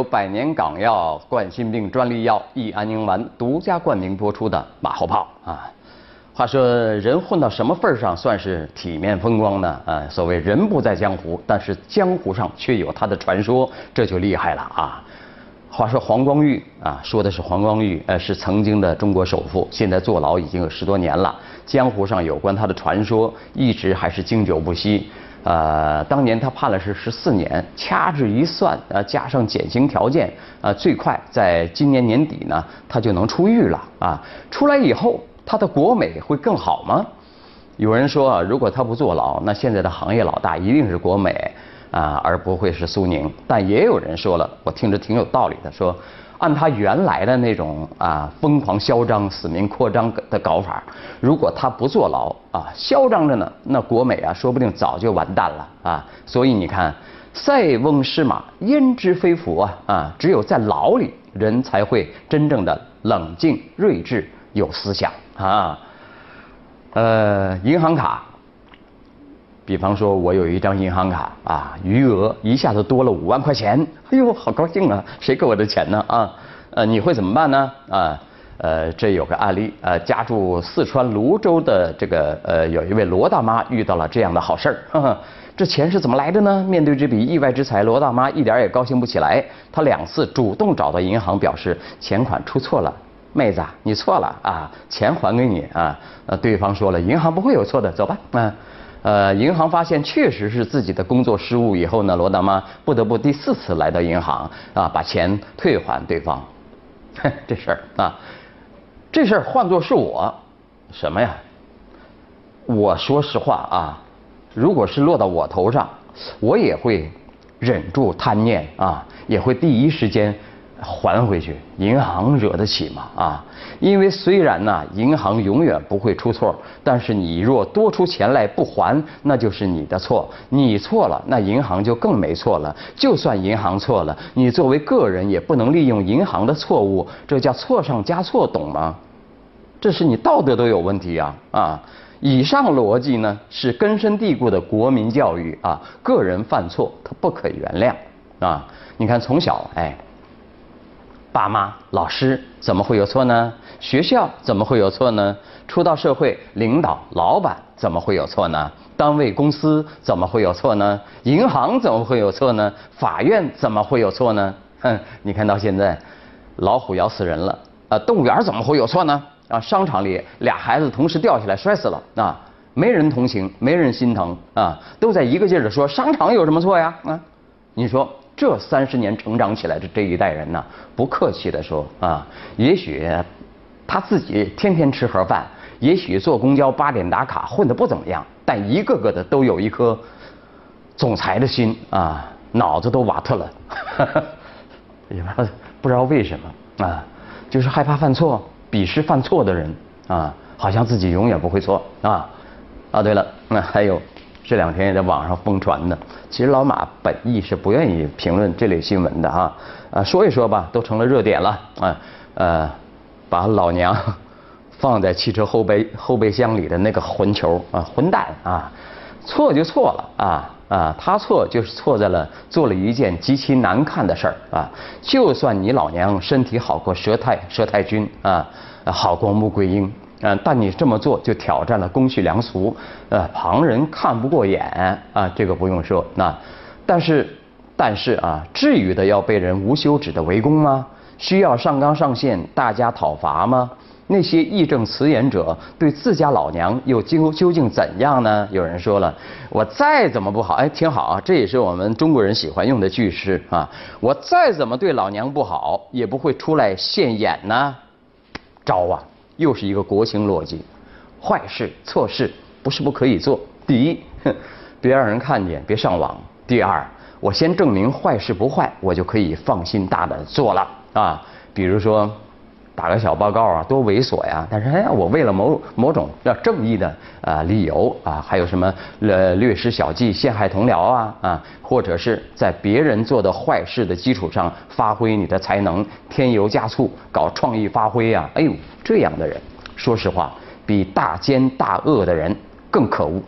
百年港药冠心病专利药益安宁丸独家冠名播出的马后炮啊。话说人混到什么份儿上算是体面风光呢？所谓人不在江湖，但是江湖上却有他的传说，这就厉害了啊。话说黄光裕啊，说的是黄光裕，是曾经的中国首富，现在坐牢已经有10多年了。江湖上有关他的传说一直还是经久不息。当年他判了是14年，掐指一算，加上减刑条件，最快在今年年底呢，他就能出狱了啊。出来以后，他的国美会更好吗？有人说啊，如果他不坐牢，那现在的行业老大一定是国美啊，而不会是苏宁。但也有人说了，我听着挺有道理的，说按他原来的那种疯狂嚣张、死命扩张的搞法，如果他不坐牢啊，嚣张着呢，那国美啊，说不定早就完蛋了啊。所以你看，塞翁失马，焉知非福啊！只有在牢里，人才会真正的冷静、睿智、有思想啊。银行卡。比方说，我有一张银行卡啊，余额一下子多了5万块钱，哎呦，好高兴啊！谁给我的钱呢？你会怎么办呢？这有个案例，家住四川泸州的这个有一位罗大妈遇到了这样的好事儿。这钱是怎么来的呢？面对这笔意外之财，罗大妈一点也高兴不起来。她2次主动找到银行，表示钱款出错了。妹子，你错了啊，钱还给你啊。对方说了，银行不会有错的，走吧。银行发现确实是自己的工作失误以后呢，罗大妈不得不第4次来到银行把钱退还对方。这事儿换作是我，什么呀？我说实话啊，如果是落到我头上，我也会忍住贪念也会第一时间还回去。银行惹得起吗？因为虽然银行永远不会出错，但是你若多出钱来不还，那就是你的错。你错了，那银行就更没错了。就算银行错了，你作为个人也不能利用银行的错误，这叫错上加错，懂吗？这是你道德都有问题以上逻辑呢是根深蒂固的国民教育个人犯错他不可原谅你看从小爸妈、老师怎么会有错呢？学校怎么会有错呢？出到社会，领导、老板怎么会有错呢？单位、公司怎么会有错呢？银行怎么会有错呢？法院怎么会有错呢？你看到现在，老虎咬死人了动物园怎么会有错呢？商场里俩孩子同时掉下来摔死了没人同情，没人心疼都在一个劲儿的说商场有什么错呀你说这30年成长起来的这一代人呢，不客气的说也许他自己天天吃盒饭，也许坐公交8点打卡混得不怎么样，但一个个的都有一颗总裁的心脑子都瓦特了也不知道为什么就是害怕犯错，鄙视犯错的人好像自己永远不会错对了，那还有这2天也在网上疯传的，其实老马本意是不愿意评论这类新闻的说一说吧，都成了热点了把老娘放在汽车后备箱里的那个混球混蛋错就错了他错就是错在了做了一件极其难看的事儿就算你老娘身体好过佘太君好过穆桂英但你这么做就挑战了公序良俗旁人看不过眼这个不用说但是至于的要被人无休止的围攻吗？需要上纲上线大家讨伐吗？那些义正辞严者对自家老娘又究竟怎样呢？有人说了，我再怎么不好挺好这也是我们中国人喜欢用的句式我再怎么对老娘不好也不会出来现眼呢。招又是一个国情逻辑，坏事错事不是不可以做。第一，别让人看见，别上网；第二，我先证明坏事不坏，我就可以放心大胆做了比如说打个小报告多猥琐呀，但是我为了某种正义的理由还有什么略施小计陷害同僚或者是在别人做的坏事的基础上发挥你的才能，添油加醋搞创意发挥这样的人说实话比大奸大恶的人更可恶。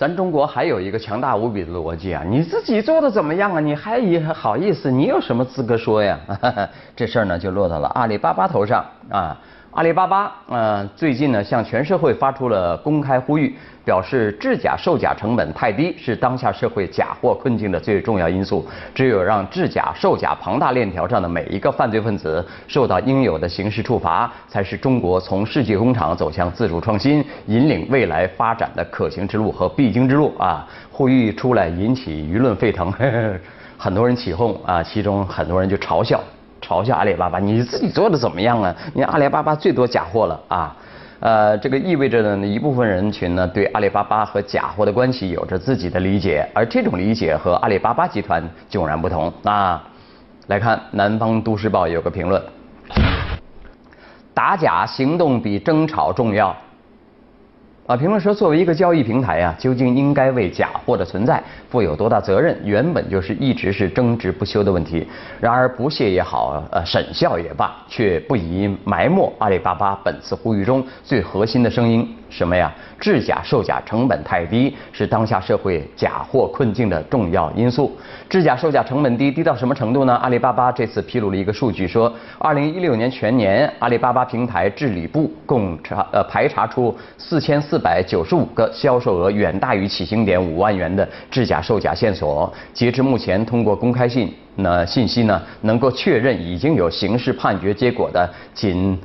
咱中国还有一个强大无比的逻辑啊，你自己做的怎么样啊？你还好意思？你有什么资格说呀？这事儿呢就落到了阿里巴巴头上啊。阿里巴巴最近呢向全社会发出了公开呼吁，表示制假售假成本太低是当下社会假货困境的最重要因素。只有让制假售假庞大链条上的每一个犯罪分子受到应有的刑事处罚，才是中国从世纪工厂走向自主创新、引领未来发展的可行之路和必经之路啊！呼吁出来引起舆论沸腾，很多人起哄啊，其中很多人就嘲笑阿里巴巴，你自己做的怎么样啊？你阿里巴巴最多假货了啊！这个意味着呢，一部分人群呢对阿里巴巴和假货的关系有着自己的理解，而这种理解和阿里巴巴集团迥然不同啊。来看南方都市报有个评论：打假行动比争吵重要。评论说，作为一个交易平台啊，究竟应该为假货的存在负有多大责任，原本就是一直是争执不休的问题。然而不屑也好，审笑也罢，却不宜埋没阿里巴巴本次呼吁中最核心的声音，什么呀？制假售假成本太低是当下社会假货困境的重要因素。制假售假成本低到什么程度呢？阿里巴巴这次披露了一个数据，说2016年全年阿里巴巴平台治理部共排查出4495个销售额远大于起薪点5万元的制假售假线索。截至目前，通过公开信息呢，能够确认已经有刑事判决结果的仅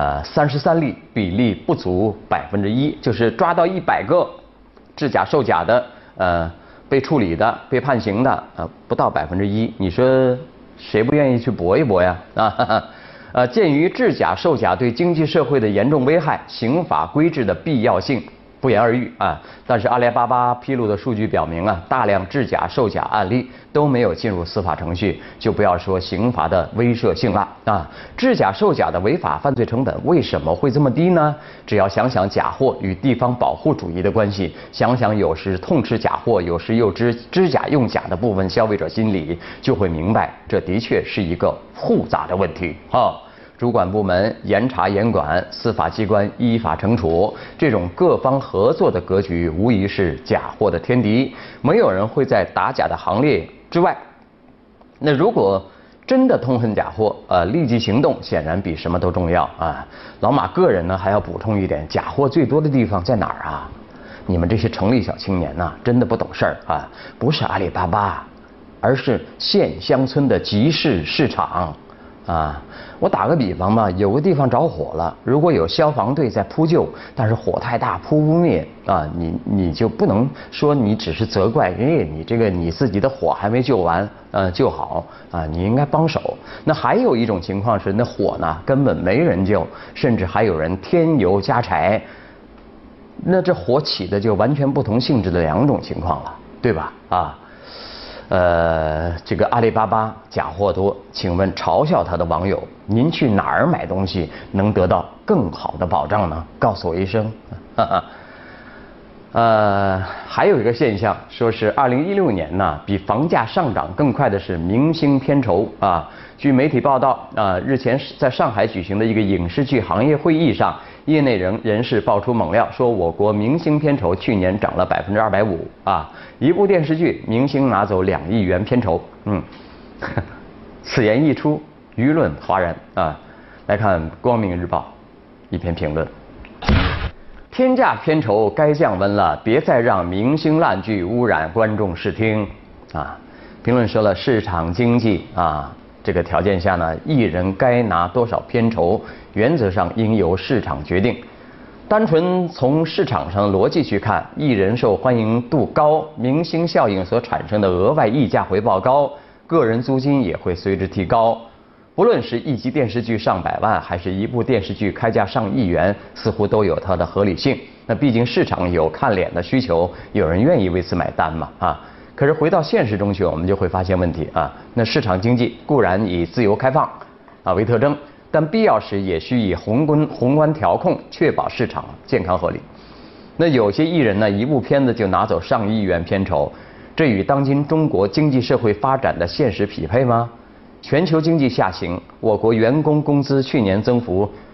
33例，比例不足1%，就是抓到100个制假售假的被处理的、被判刑的不到1%。你说谁不愿意去搏一搏呀？鉴于制假售假对经济社会的严重危害，刑法规制的必要性不言而喻啊。但是阿里巴巴披露的数据表明啊，大量制假售假案例都没有进入司法程序，就不要说刑罚的威慑性了啊。制假售假的违法犯罪成本为什么会这么低呢？只要想想假货与地方保护主义的关系，想想有时痛斥假货，有时又知假用假的部分消费者心理，就会明白这的确是一个复杂的问题啊。主管部门严查严管，司法机关依法惩处，这种各方合作的格局，无疑是假货的天敌。没有人会在打假的行列之外。那如果真的痛恨假货，立即行动显然比什么都重要啊。老马个人呢还要补充一点，假货最多的地方在哪儿啊？你们这些城里小青年呐，真的不懂事儿啊！不是阿里巴巴，而是县乡村的集市市场。我打个比方吧，有个地方着火了，如果有消防队在扑救，但是火太大扑不灭啊，你就不能说你只是责怪，你自己的火还没救完，救好啊，你应该帮手。那还有一种情况是，那火呢根本没人救，甚至还有人添油加柴，那这火起的就完全不同性质的两种情况了，对吧？这个阿里巴巴假货多，请问嘲笑他的网友，您去哪儿买东西能得到更好的保障呢？告诉我一声。还有一个现象，说是2016年呢，比房价上涨更快的是明星片酬啊。据媒体报道日前在上海举行的一个影视剧行业会议上，业内人士爆出猛料，说我国明星片酬去年涨了250%啊！一部电视剧，明星拿走2亿元片酬，此言一出，舆论哗然啊！来看《光明日报》一篇评论：天价片酬该降温了，别再让明星烂剧污染观众视听啊！评论说了，市场经济这个条件下呢，艺人该拿多少片酬，原则上应由市场决定。单纯从市场上的逻辑去看，艺人受欢迎度高，明星效应所产生的额外溢价回报高，个人租金也会随之提高。不论是一集电视剧上百万，还是一部电视剧开价上亿元，似乎都有它的合理性。那毕竟市场有看脸的需求，有人愿意为此买单嘛可是回到现实中去，我们就会发现问题那市场经济固然以自由开放为特征，但必要时也需以宏观调控，确保市场健康合理。那有些艺人呢，一部片子就拿走上亿元片酬，这与当今中国经济社会发展的现实匹配吗？全球经济下行，我国员工工资去年增幅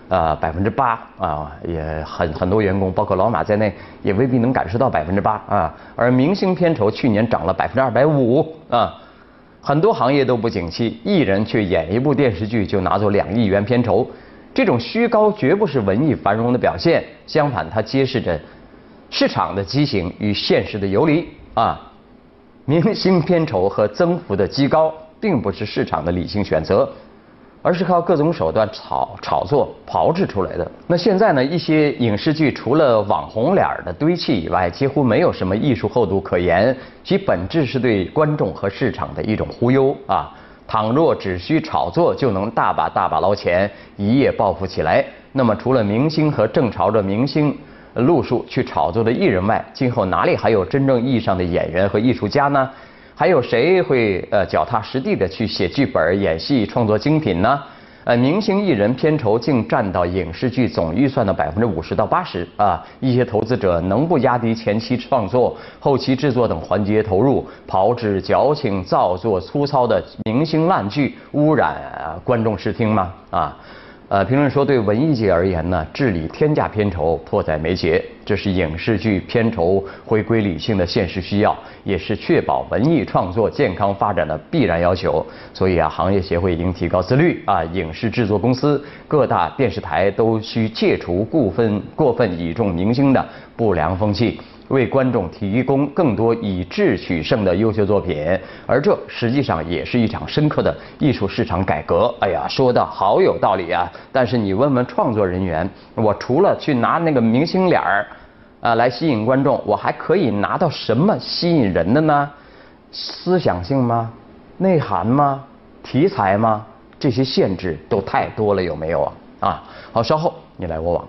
8%啊，也很多员工，包括老马在内，也未必能感受到8%啊。而明星片酬去年涨了250%啊，很多行业都不景气，艺人却演一部电视剧就拿走2亿元片酬，这种虚高绝不是文艺繁荣的表现，相反，它揭示着市场的畸形与现实的游离啊。明星片酬和增幅的极高，并不是市场的理性选择，而是靠各种手段炒作炮制出来的。那现在呢，一些影视剧除了网红脸的堆砌以外，几乎没有什么艺术厚度可言，其本质是对观众和市场的一种忽悠啊。倘若只需炒作就能大把捞钱，一夜暴富起来，那么除了明星和正朝着明星路数去炒作的艺人外，今后哪里还有真正意义上的演员和艺术家呢？还有谁会脚踏实地的去写剧本、演戏、创作精品呢？明星艺人片酬竟占到影视剧总预算的50%到80%啊！一些投资者能不压低前期创作、后期制作等环节投入，炮制矫情、造作粗糙的明星烂剧，污染观众视听吗？啊！评论说，对文艺界而言呢，治理天价片酬迫在眉睫，这是影视剧片酬回归理性的现实需要，也是确保文艺创作健康发展的必然要求。所以啊，行业协会应提高自律啊，影视制作公司、各大电视台都需戒除过分倚重明星的不良风气，为观众提供更多以质取胜的优秀作品，而这实际上也是一场深刻的艺术市场改革。哎呀，说的好有道理啊！但是你问问创作人员，我除了去拿那个明星脸儿来吸引观众，我还可以拿到什么吸引人的呢？思想性吗？内涵吗？题材吗？这些限制都太多了，有没有啊？啊，好，稍后你来我往。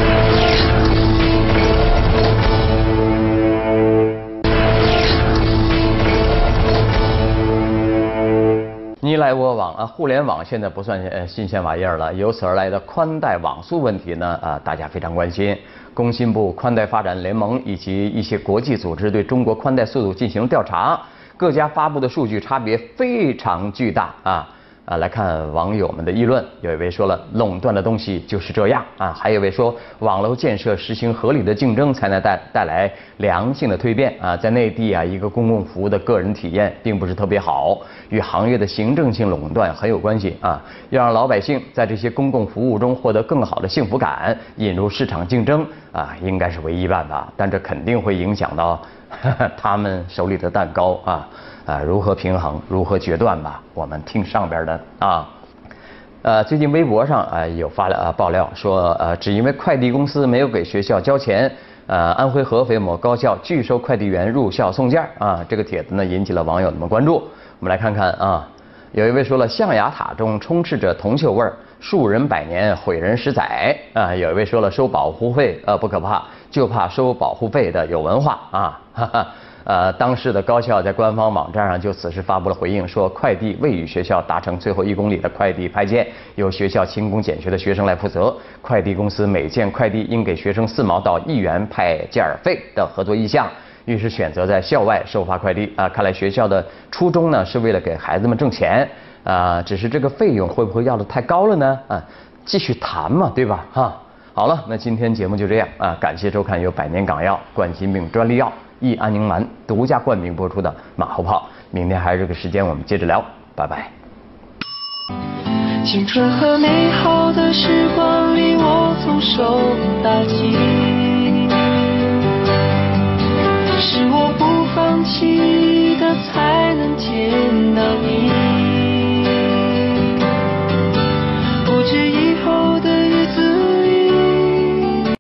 你来我往啊，互联网现在不算新鲜玩意儿了，由此而来的宽带网速问题呢大家非常关心。工信部宽带发展联盟以及一些国际组织对中国宽带速度进行调查，各家发布的数据差别非常巨大啊。来看网友们的议论，有一位说了，垄断的东西就是这样啊，还有一位说，网络建设实行合理的竞争才能带来良性的蜕变啊。在内地啊，一个公共服务的个人体验并不是特别好，与行业的行政性垄断很有关系啊。要让老百姓在这些公共服务中获得更好的幸福感，引入市场竞争啊，应该是唯一办法，但这肯定会影响到他们手里的蛋糕啊。如何平衡，如何决断吧？我们听上边的啊。最近微博上有爆料说，只因为快递公司没有给学校交钱，安徽合肥某高校拒收快递员入校送件啊。这个帖子呢引起了网友们关注。我们来看看啊，有一位说了，象牙塔中充斥着铜臭味儿，树人百年，毁人10载啊。有一位说了，收保护费不可怕，就怕收保护费的有文化啊。哈哈。当时的高校在官方网站上就此事发布了回应，说快递未与学校达成最后1公里的快递派件，由学校勤工俭学的学生来负责。快递公司每件快递应给学生4毛到1元派件费的合作意向，于是选择在校外收发快递啊。看来学校的初衷呢是为了给孩子们挣钱啊，只是这个费用会不会要的太高了呢？继续谈嘛，对吧？哈，好了，那今天节目就这样啊，感谢收看由百年港药冠心病专利药益安宁丸独家冠名播出的马后炮，明天还是这个时间我们接着聊，拜拜。 青春和美好的时光里，我总受打击，是我不放弃。